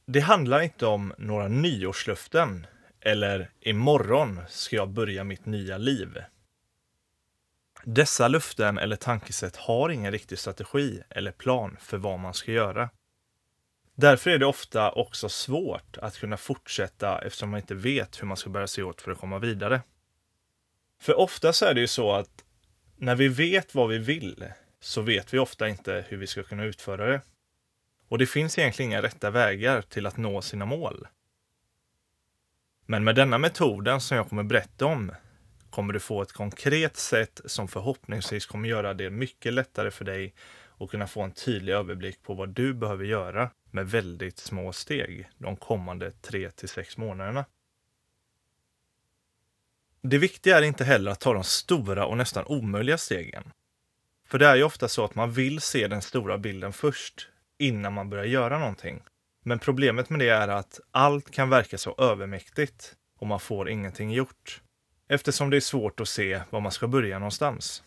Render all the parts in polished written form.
Det handlar inte om några nyårslöften eller imorgon ska jag börja mitt nya liv. Dessa löften eller tankesätt har ingen riktig strategi eller plan för vad man ska göra. Därför är det ofta också svårt att kunna fortsätta eftersom man inte vet hur man ska bära sig åt för att komma vidare. För ofta så är det ju så att när vi vet vad vi vill så vet vi ofta inte hur vi ska kunna utföra det. Och det finns egentligen inga rätta vägar till att nå sina mål. Men med denna metoden som jag kommer berätta om kommer du få ett konkret sätt som förhoppningsvis kommer göra det mycket lättare för dig att kunna få en tydlig överblick på vad du behöver göra med väldigt små steg de kommande 3-6 månaderna. Det viktiga är inte heller att ta de stora och nästan omöjliga stegen. För det är ju ofta så att man vill se den stora bilden först innan man börjar göra någonting. Men problemet med det är att allt kan verka så övermäktigt och man får ingenting gjort. Eftersom det är svårt att se var man ska börja någonstans.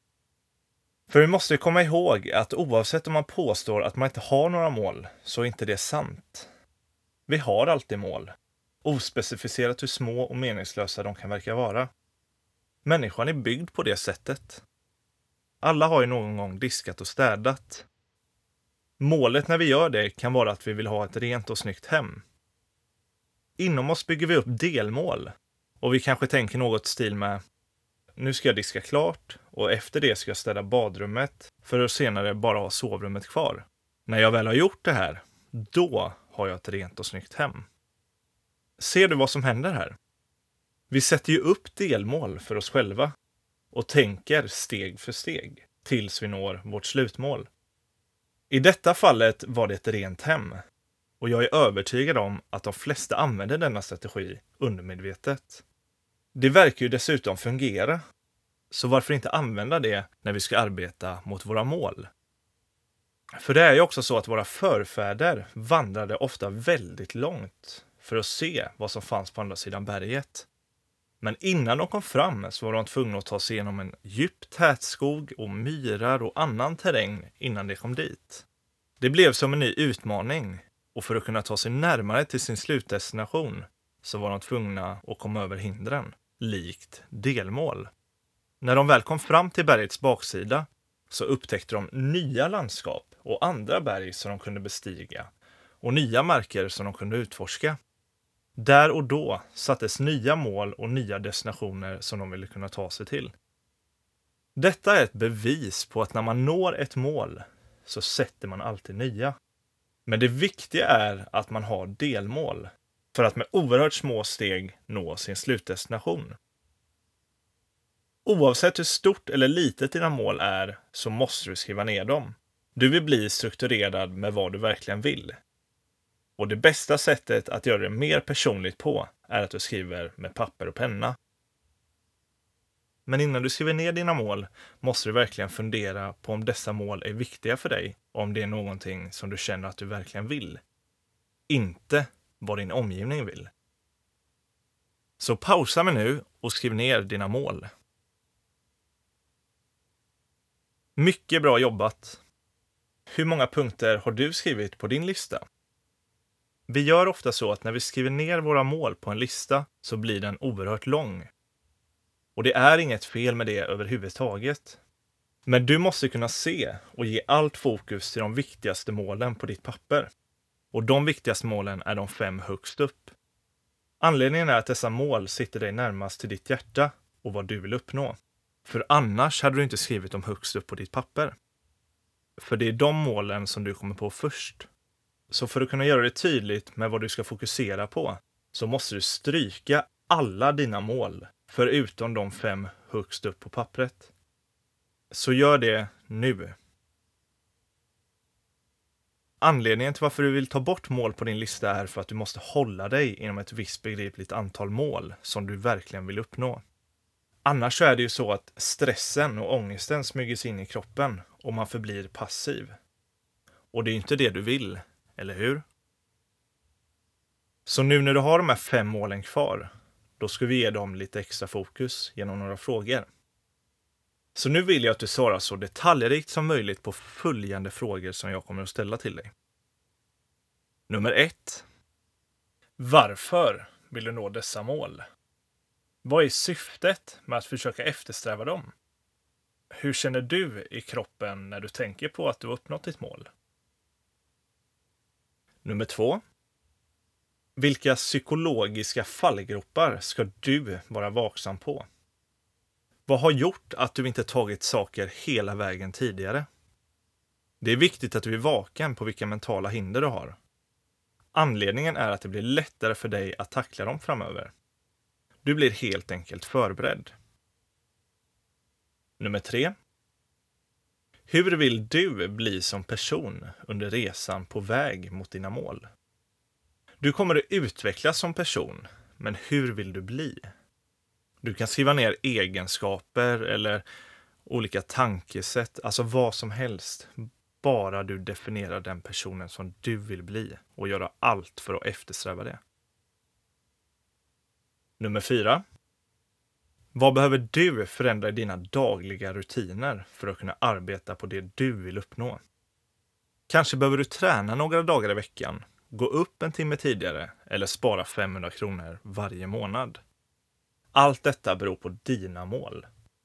För vi måste komma ihåg att oavsett om man påstår att man inte har några mål så är inte det sant. Vi har alltid mål. Ospecificerat hur små och meningslösa de kan verka vara. Människan är byggd på det sättet. Alla har ju någon gång diskat och städat. Målet när vi gör det kan vara att vi vill ha ett rent och snyggt hem. Inom oss bygger vi upp delmål. Och vi kanske tänker något stil med: nu ska jag diska klart och efter det ska jag städa badrummet för att senare bara ha sovrummet kvar. När jag väl har gjort det här, då har jag ett rent och snyggt hem. Ser du vad som händer här? Vi sätter ju upp delmål för oss själva och tänker steg för steg tills vi når vårt slutmål. I detta fallet var det ett rent hem och jag är övertygad om att de flesta använder denna strategi undermedvetet. Det verkar ju dessutom fungera, så varför inte använda det när vi ska arbeta mot våra mål? För det är ju också så att våra förfäder vandrade ofta väldigt långt för att se vad som fanns på andra sidan berget. Men innan de kom fram så var de tvungna att ta sig igenom en djup tätskog och myrar och annan terräng innan de kom dit. Det blev som en ny utmaning och för att kunna ta sig närmare till sin slutdestination så var de tvungna att komma över hindren, likt delmål. När de väl kom fram till bergets baksida så upptäckte de nya landskap och andra berg som de kunde bestiga och nya marker som de kunde utforska. Där och då sattes nya mål och nya destinationer som de ville kunna ta sig till. Detta är ett bevis på att när man når ett mål så sätter man alltid nya. Men det viktiga är att man har delmål för att med oerhört små steg nå sin slutdestination. Oavsett hur stort eller litet dina mål är så måste du skriva ner dem. Du vill bli strukturerad med vad du verkligen vill. Och det bästa sättet att göra det mer personligt på är att du skriver med papper och penna. Men innan du skriver ner dina mål måste du verkligen fundera på om dessa mål är viktiga för dig och om det är någonting som du känner att du verkligen vill. Inte vad din omgivning vill. Så pausa mig nu och skriv ner dina mål. Mycket bra jobbat! Hur många punkter har du skrivit på din lista? Vi gör ofta så att när vi skriver ner våra mål på en lista så blir den oerhört lång. Och det är inget fel med det överhuvudtaget. Men du måste kunna se och ge allt fokus till de viktigaste målen på ditt papper. Och de viktigaste målen är de 5 högst upp. Anledningen är att dessa mål sitter dig närmast till ditt hjärta och vad du vill uppnå. För annars hade du inte skrivit dem högst upp på ditt papper. För det är de målen som du kommer på först. Så för att kunna göra det tydligt med vad du ska fokusera på så måste du stryka alla dina mål förutom de 5 högst upp på pappret. Så gör det nu. Anledningen till varför du vill ta bort mål på din lista är för att du måste hålla dig inom ett visst begripligt antal mål som du verkligen vill uppnå. Annars så är det ju så att stressen och ångesten smyger sig in i kroppen och man förblir passiv. Och det är ju inte det du vill, eller hur? Så nu när du har de här 5 målen kvar, då ska vi ge dem lite extra fokus genom några frågor. Så nu vill jag att du svarar så detaljrikt som möjligt på följande frågor som jag kommer att ställa till dig. Nummer 1. Varför vill du nå dessa mål? Vad är syftet med att försöka eftersträva dem? Hur känner du i kroppen när du tänker på att du har uppnått ditt mål? Nummer 2. Vilka psykologiska fallgropar ska du vara vaksam på? Vad har gjort att du inte tagit saker hela vägen tidigare? Det är viktigt att du är vaken på vilka mentala hinder du har. Anledningen är att det blir lättare för dig att tackla dem framöver. Du blir helt enkelt förberedd. Nummer 3. Hur vill du bli som person under resan på väg mot dina mål? Du kommer att utvecklas som person, men hur vill du bli? Du kan skriva ner egenskaper eller olika tankesätt, alltså vad som helst. Bara du definierar den personen som du vill bli och göra allt för att eftersträva det. Nummer 4. Vad behöver du förändra i dina dagliga rutiner för att kunna arbeta på det du vill uppnå? Kanske behöver du träna några dagar i veckan, gå upp en timme tidigare eller spara 500 kronor varje månad. Allt detta beror på dina mål.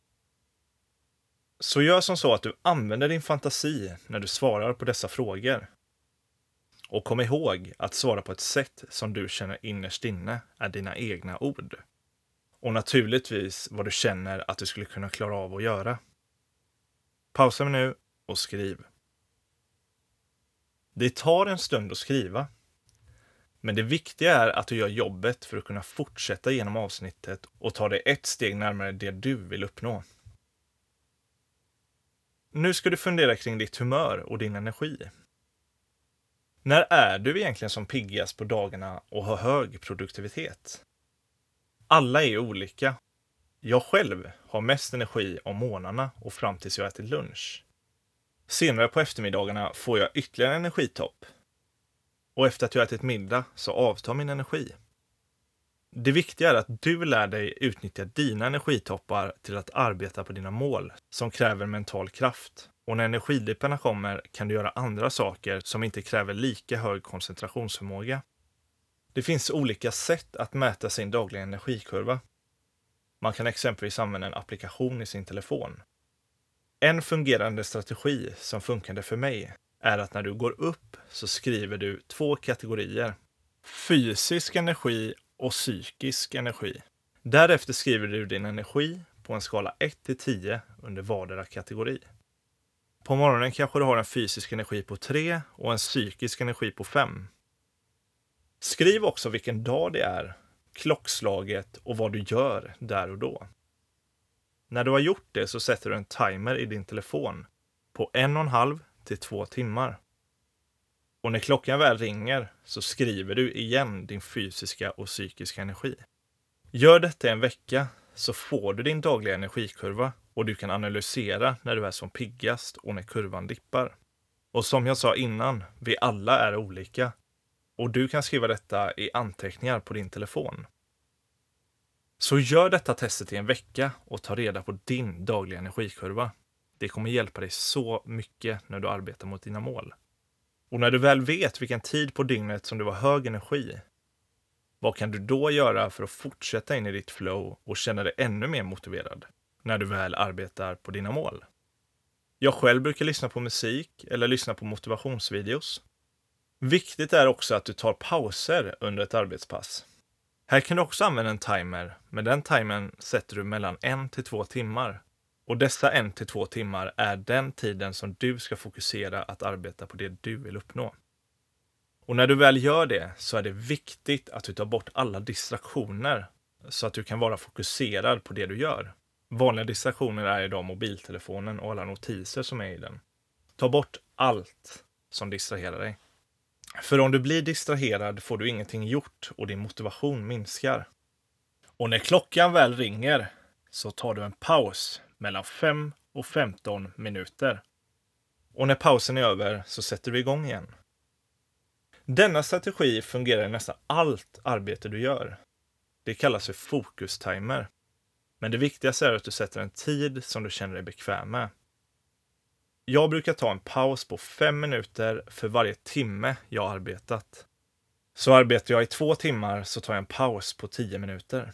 Så gör som så att du använder din fantasi när du svarar på dessa frågor. Och kom ihåg att svara på ett sätt som du känner innerst inne är dina egna ord. Och naturligtvis vad du känner att du skulle kunna klara av att göra. Pausa nu och skriv. Det tar en stund att skriva. Men det viktiga är att du gör jobbet för att kunna fortsätta genom avsnittet och ta dig ett steg närmare det du vill uppnå. Nu ska du fundera kring ditt humör och din energi. När är du egentligen som piggast på dagarna och har hög produktivitet? Alla är olika. Jag själv har mest energi om morgnarna och fram tills jag äter lunch. Senare på eftermiddagarna får jag ytterligare en energitopp. Och efter att jag ätit middag så avtar min energi. Det viktiga är att du lär dig utnyttja dina energitoppar till att arbeta på dina mål som kräver mental kraft. Och när energidipparna kommer kan du göra andra saker som inte kräver lika hög koncentrationsförmåga. Det finns olika sätt att mäta sin dagliga energikurva. Man kan exempelvis använda en applikation i sin telefon. En fungerande strategi som funkade för mig är att när du går upp så skriver du 2 kategorier. Fysisk energi och psykisk energi. Därefter skriver du din energi på en skala 1-10 under vardera kategori. På morgonen kanske du har en fysisk energi på 3 och en psykisk energi på 5. Skriv också vilken dag det är, klockslaget och vad du gör där och då. När du har gjort det så sätter du en timer i din telefon på 1,5-2 timmar. Och när klockan väl ringer så skriver du igen din fysiska och psykiska energi. Gör detta en vecka så får du din dagliga energikurva och du kan analysera när du är som piggast och när kurvan dippar. Och som jag sa innan, vi alla är olika. Och du kan skriva detta i anteckningar på din telefon. Så gör detta testet i en vecka och ta reda på din dagliga energikurva. Det kommer hjälpa dig så mycket när du arbetar mot dina mål. Och när du väl vet vilken tid på dygnet som du har hög energi, vad kan du då göra för att fortsätta in i ditt flow och känna dig ännu mer motiverad när du väl arbetar på dina mål? Jag själv brukar lyssna på musik eller lyssna på motivationsvideos. Viktigt är också att du tar pauser under ett arbetspass. Här kan du också använda en timer, men den timern sätter du mellan 1-2 timmar. Och dessa 1-2 timmar är den tiden som du ska fokusera att arbeta på det du vill uppnå. Och när du väl gör det så är det viktigt att du tar bort alla distraktioner så att du kan vara fokuserad på det du gör. Vanliga distraktioner är idag mobiltelefonen och alla notiser som är i den. Ta bort allt som distraherar dig. För om du blir distraherad får du ingenting gjort och din motivation minskar. Och när klockan väl ringer så tar du en paus mellan 5 och 15 minuter. Och när pausen är över så sätter du igång igen. Denna strategi fungerar i nästan allt arbete du gör. Det kallas för fokustimer. Men det viktigaste är att du sätter en tid som du känner dig bekväm med. Jag brukar ta en paus på 5 minuter för varje timme jag har arbetat. Så arbetar jag i 2 timmar så tar jag en paus på 10 minuter.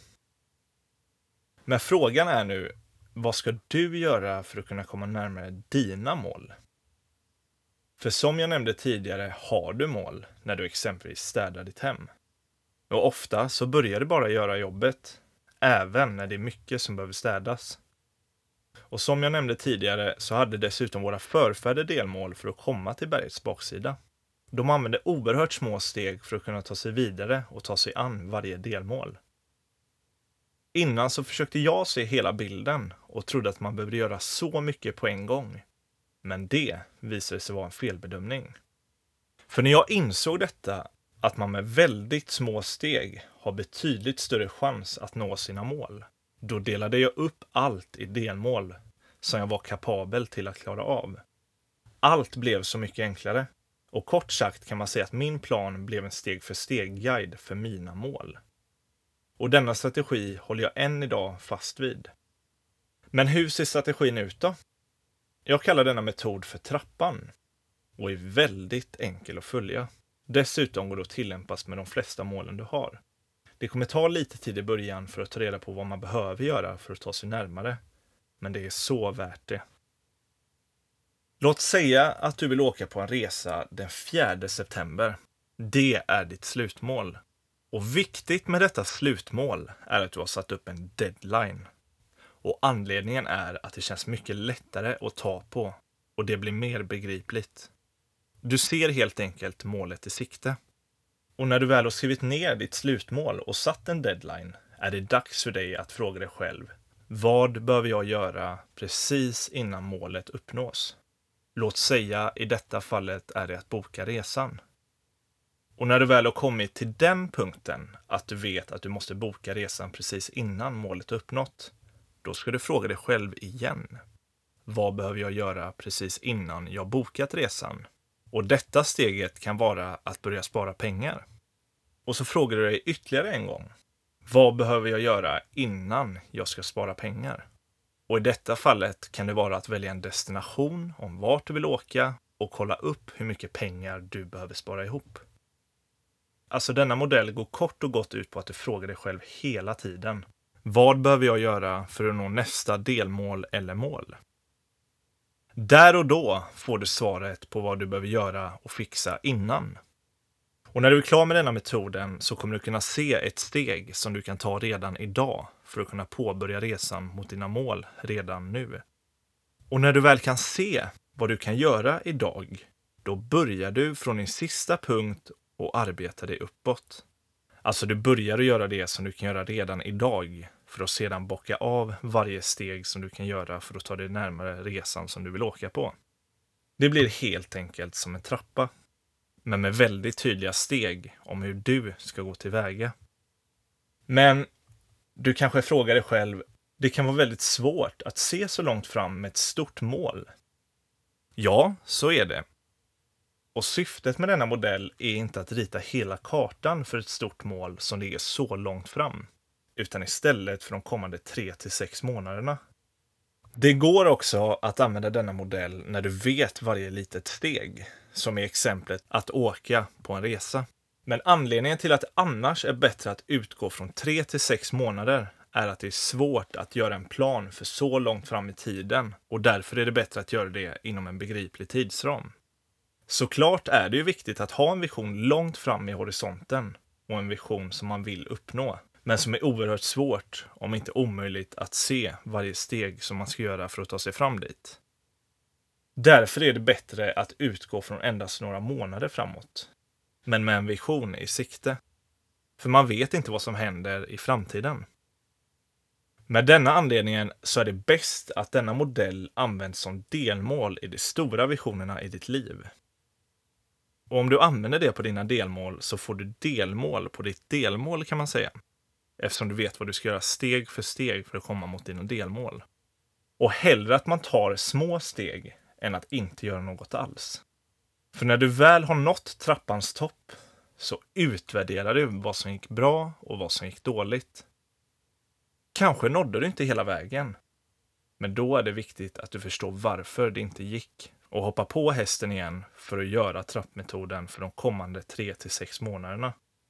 Men frågan är nu, vad ska du göra för att kunna komma närmare dina mål? För som jag nämnde tidigare har du mål när du exempelvis städar ditt hem. Och ofta så börjar du bara göra jobbet, även när det är mycket som behöver städas. Och som jag nämnde tidigare så hade dessutom våra förfäder delmål för att komma till bergets baksida. De använde oerhört små steg för att kunna ta sig vidare och ta sig an varje delmål. Innan så försökte jag se hela bilden och trodde att man behövde göra så mycket på en gång. Men det visade sig vara en felbedömning. För när jag insåg detta, att man med väldigt små steg har betydligt större chans att nå sina mål, då delade jag upp allt i delmål som jag var kapabel till att klara av. Allt blev så mycket enklare. Och kort sagt kan man säga att min plan blev en steg-för-steg-guide för mina mål. Och denna strategi håller jag än idag fast vid. Men hur ser strategin ut då? Jag kallar denna metod för trappan och är väldigt enkel att följa. Dessutom går det att tillämpas med de flesta målen du har. Det kommer ta lite tid i början för att ta reda på vad man behöver göra för att ta sig närmare. Men det är så värt det. Låt säga att du vill åka på en resa den 4 september. Det är ditt slutmål. Och viktigt med detta slutmål är att du har satt upp en deadline. Och anledningen är att det känns mycket lättare att ta på och det blir mer begripligt. Du ser helt enkelt målet i sikte. Och när du väl har skrivit ner ditt slutmål och satt en deadline är det dags för dig att fråga dig själv: vad behöver jag göra precis innan målet uppnås? Låt säga i detta fallet är det att boka resan. Och när du väl har kommit till den punkten att du vet att du måste boka resan precis innan målet är uppnått, då ska du fråga dig själv igen: vad behöver jag göra precis innan jag bokat resan? Och detta steget kan vara att börja spara pengar. Och så frågar du dig ytterligare en gång: vad behöver jag göra innan jag ska spara pengar? Och i detta fallet kan det vara att välja en destination om vart du vill åka och kolla upp hur mycket pengar du behöver spara ihop. Alltså denna modell går kort och gott ut på att du frågar dig själv hela tiden: vad behöver jag göra för att nå nästa delmål eller mål? Där och då får du svaret på vad du behöver göra och fixa innan. Och när du är klar med denna metoden så kommer du kunna se ett steg som du kan ta redan idag för att kunna påbörja resan mot dina mål redan nu. Och när du väl kan se vad du kan göra idag, då börjar du från din sista punkt och arbetar dig uppåt. Alltså du börjar att göra det som du kan göra redan idag för att sedan bocka av varje steg som du kan göra för att ta dig närmare resan som du vill åka på. Det blir helt enkelt som en trappa, men med väldigt tydliga steg om hur du ska gå tillväga. Men du kanske frågar dig själv: det kan vara väldigt svårt att se så långt fram med ett stort mål. Ja, så är det. Och syftet med denna modell är inte att rita hela kartan för ett stort mål som ligger så långt fram, utan istället för de kommande 3-6 månaderna. Det går också att använda denna modell när du vet varje litet steg, som i exemplet att åka på en resa. Men anledningen till att det annars är bättre att utgå från 3-6 månader är att det är svårt att göra en plan för så långt fram i tiden, och därför är det bättre att göra det inom en begriplig tidsram. Såklart är det ju viktigt att ha en vision långt fram i horisonten och en vision som man vill uppnå, men som är oerhört svårt, om inte omöjligt, att se varje steg som man ska göra för att ta sig fram dit. Därför är det bättre att utgå från endast några månader framåt, men med en vision i sikte. För man vet inte vad som händer i framtiden. Med denna anledningen så är det bäst att denna modell används som delmål i de stora visionerna i ditt liv. Och om du använder det på dina delmål så får du delmål på ditt delmål, kan man säga. Eftersom du vet vad du ska göra steg för steg för att komma mot dina delmål. Och hellre att man tar små steg än att inte göra något alls. För när du väl har nått trappans topp så utvärderar du vad som gick bra och vad som gick dåligt. Kanske nådde du inte hela vägen. Men då är det viktigt att du förstår varför det inte gick och hoppa på hästen igen för att göra trappmetoden för de kommande 3-6 månaderna.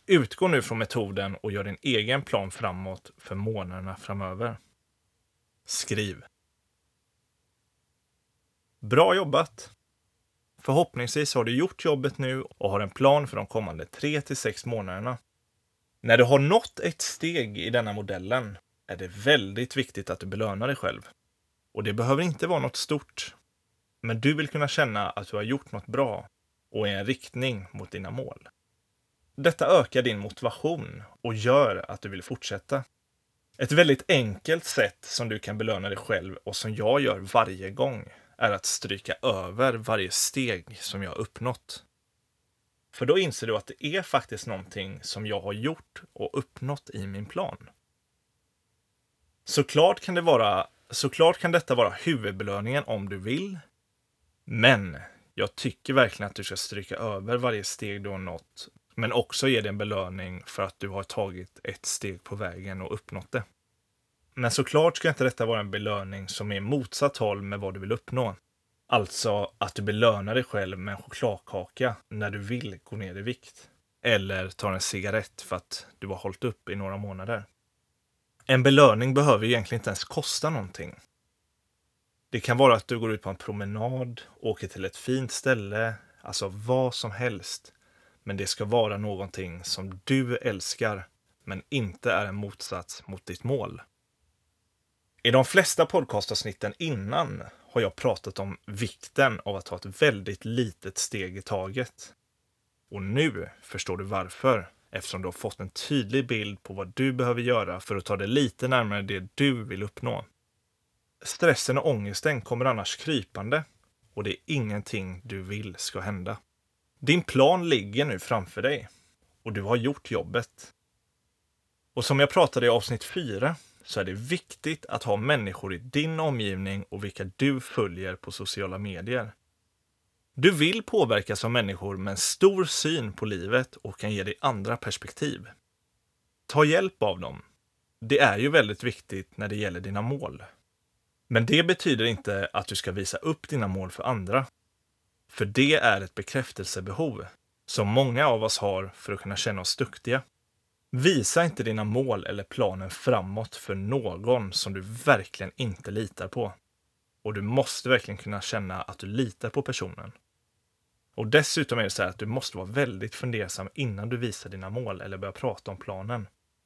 Utgå nu från metoden och gör din egen plan framåt för månaderna framöver. Skriv. Bra jobbat! Förhoppningsvis har du gjort jobbet nu och har en plan för de kommande 3-6 månaderna. När du har nått ett steg i denna modellen är det väldigt viktigt att du belönar dig själv. Och det behöver inte vara något stort. Men du vill kunna känna att du har gjort något bra och i en riktning mot dina mål. Detta ökar din motivation och gör att du vill fortsätta. Ett väldigt enkelt sätt som du kan belöna dig själv och som jag gör varje gång är att stryka över varje steg som jag har uppnått. För då inser du att det är faktiskt någonting som jag har gjort och uppnått i min plan. Såklart kan detta vara huvudbelöningen om du vill. Men jag tycker verkligen att du ska stryka över varje steg du har nått. Men också ge dig en belöning för att du har tagit ett steg på vägen och uppnått det. Men såklart ska inte detta vara en belöning som är motsatt håll med vad du vill uppnå. Alltså att du belönar dig själv med en chokladkaka när du vill gå ner i vikt. Eller tar en cigarett för att du har hållit upp i några månader. En belöning behöver egentligen inte ens kosta någonting. Det kan vara att du går ut på en promenad, åker till ett fint ställe, alltså vad som helst. Men det ska vara någonting som du älskar, men inte är en motsats mot ditt mål. I de flesta podcastavsnitten innan har jag pratat om vikten av att ta ett väldigt litet steg i taget. Och nu förstår du varför, eftersom du har fått en tydlig bild på vad du behöver göra för att ta det lite närmare det du vill uppnå. Stressen och ångesten kommer annars krypande och det är ingenting du vill ska hända. Din plan ligger nu framför dig och du har gjort jobbet. Och som jag pratade i avsnitt 4 så är det viktigt att ha människor i din omgivning och vilka du följer på sociala medier. Du vill påverkas av människor med en stor syn på livet och kan ge dig andra perspektiv. Ta hjälp av dem. Det är ju väldigt viktigt när det gäller dina mål. Men det betyder inte att du ska visa upp dina mål för andra. För det är ett bekräftelsebehov som många av oss har för att kunna känna oss duktiga. Visa inte dina mål eller planen framåt för någon som du verkligen inte litar på. Och du måste verkligen kunna känna att du litar på personen. Och dessutom är det så här att du måste vara väldigt fundersam innan du visar dina mål eller börjar prata om planen.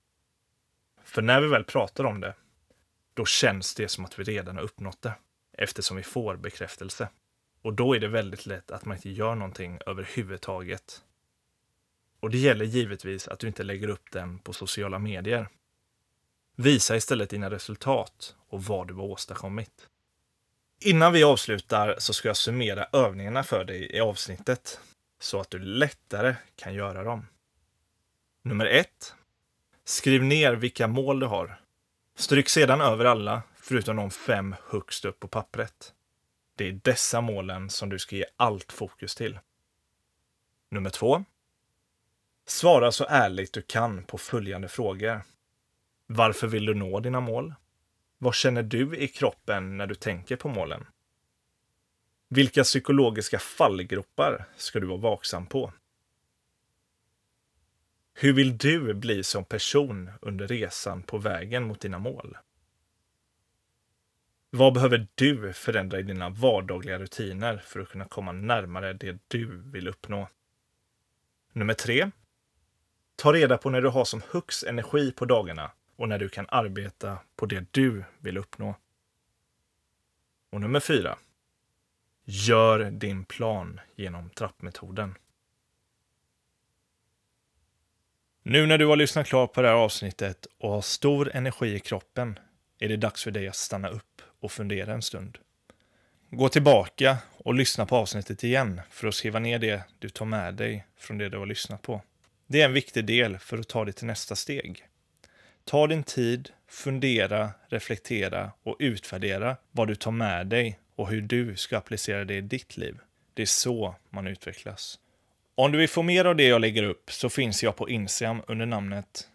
För när vi väl pratar om det, då känns det som att vi redan har uppnått det, eftersom vi får bekräftelse. Och då är det väldigt lätt att man inte gör någonting överhuvudtaget. Och det gäller givetvis att du inte lägger upp den på sociala medier. Visa istället dina resultat och vad du har åstadkommit. Innan vi avslutar så ska jag summera övningarna för dig i avsnittet så att du lättare kan göra dem. Nummer 1. Skriv ner vilka mål du har. Stryk sedan över alla förutom de 5 högst upp på pappret. Det är dessa målen som du ska ge allt fokus till. Nummer 2. Svara så ärligt du kan på följande frågor. Varför vill du nå dina mål? Vad känner du i kroppen när du tänker på målen? Vilka psykologiska fallgropar ska du vara vaksam på? Hur vill du bli som person under resan på vägen mot dina mål? Vad behöver du förändra i dina vardagliga rutiner för att kunna komma närmare det du vill uppnå? Nummer 3. Ta reda på när du har som högst energi på dagarna och när du kan arbeta på det du vill uppnå. Och nummer 4. Gör din plan genom trappmetoden. Nu när du har lyssnat klart på det här avsnittet och har stor energi i kroppen är det dags för dig att stanna upp och fundera en stund. Gå tillbaka och lyssna på avsnittet igen för att skriva ner det du tar med dig från det du har lyssnat på. Det är en viktig del för att ta dig till nästa steg. Ta din tid, fundera, reflektera och utvärdera vad du tar med dig och hur du ska applicera det i ditt liv. Det är så man utvecklas. Om du vill få mer av det jag lägger upp så finns jag på Instagram under namnet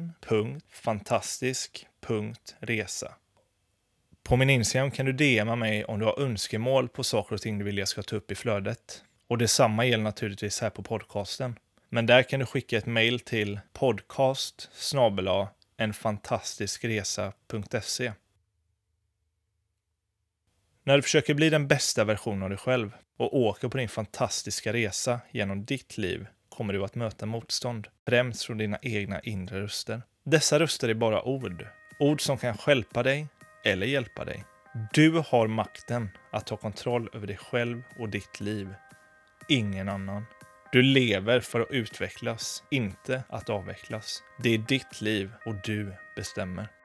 n.fantastisk.resa. På min Instagram kan du DMa mig om du har önskemål på saker och ting du vill jag ska ta upp i flödet. Och detsamma gäller naturligtvis här på podcasten. Men där kan du skicka ett mejl till podcast@enfantastiskresa.se. När du försöker bli den bästa versionen av dig själv och åker på din fantastiska resa genom ditt liv kommer du att möta motstånd, främst från dina egna inre röster. Dessa röster är bara ord. Ord som kan stjälpa dig eller hjälpa dig. Du har makten att ta kontroll över dig själv och ditt liv. Ingen annan. Du lever för att utvecklas, inte att avvecklas. Det är ditt liv och du bestämmer.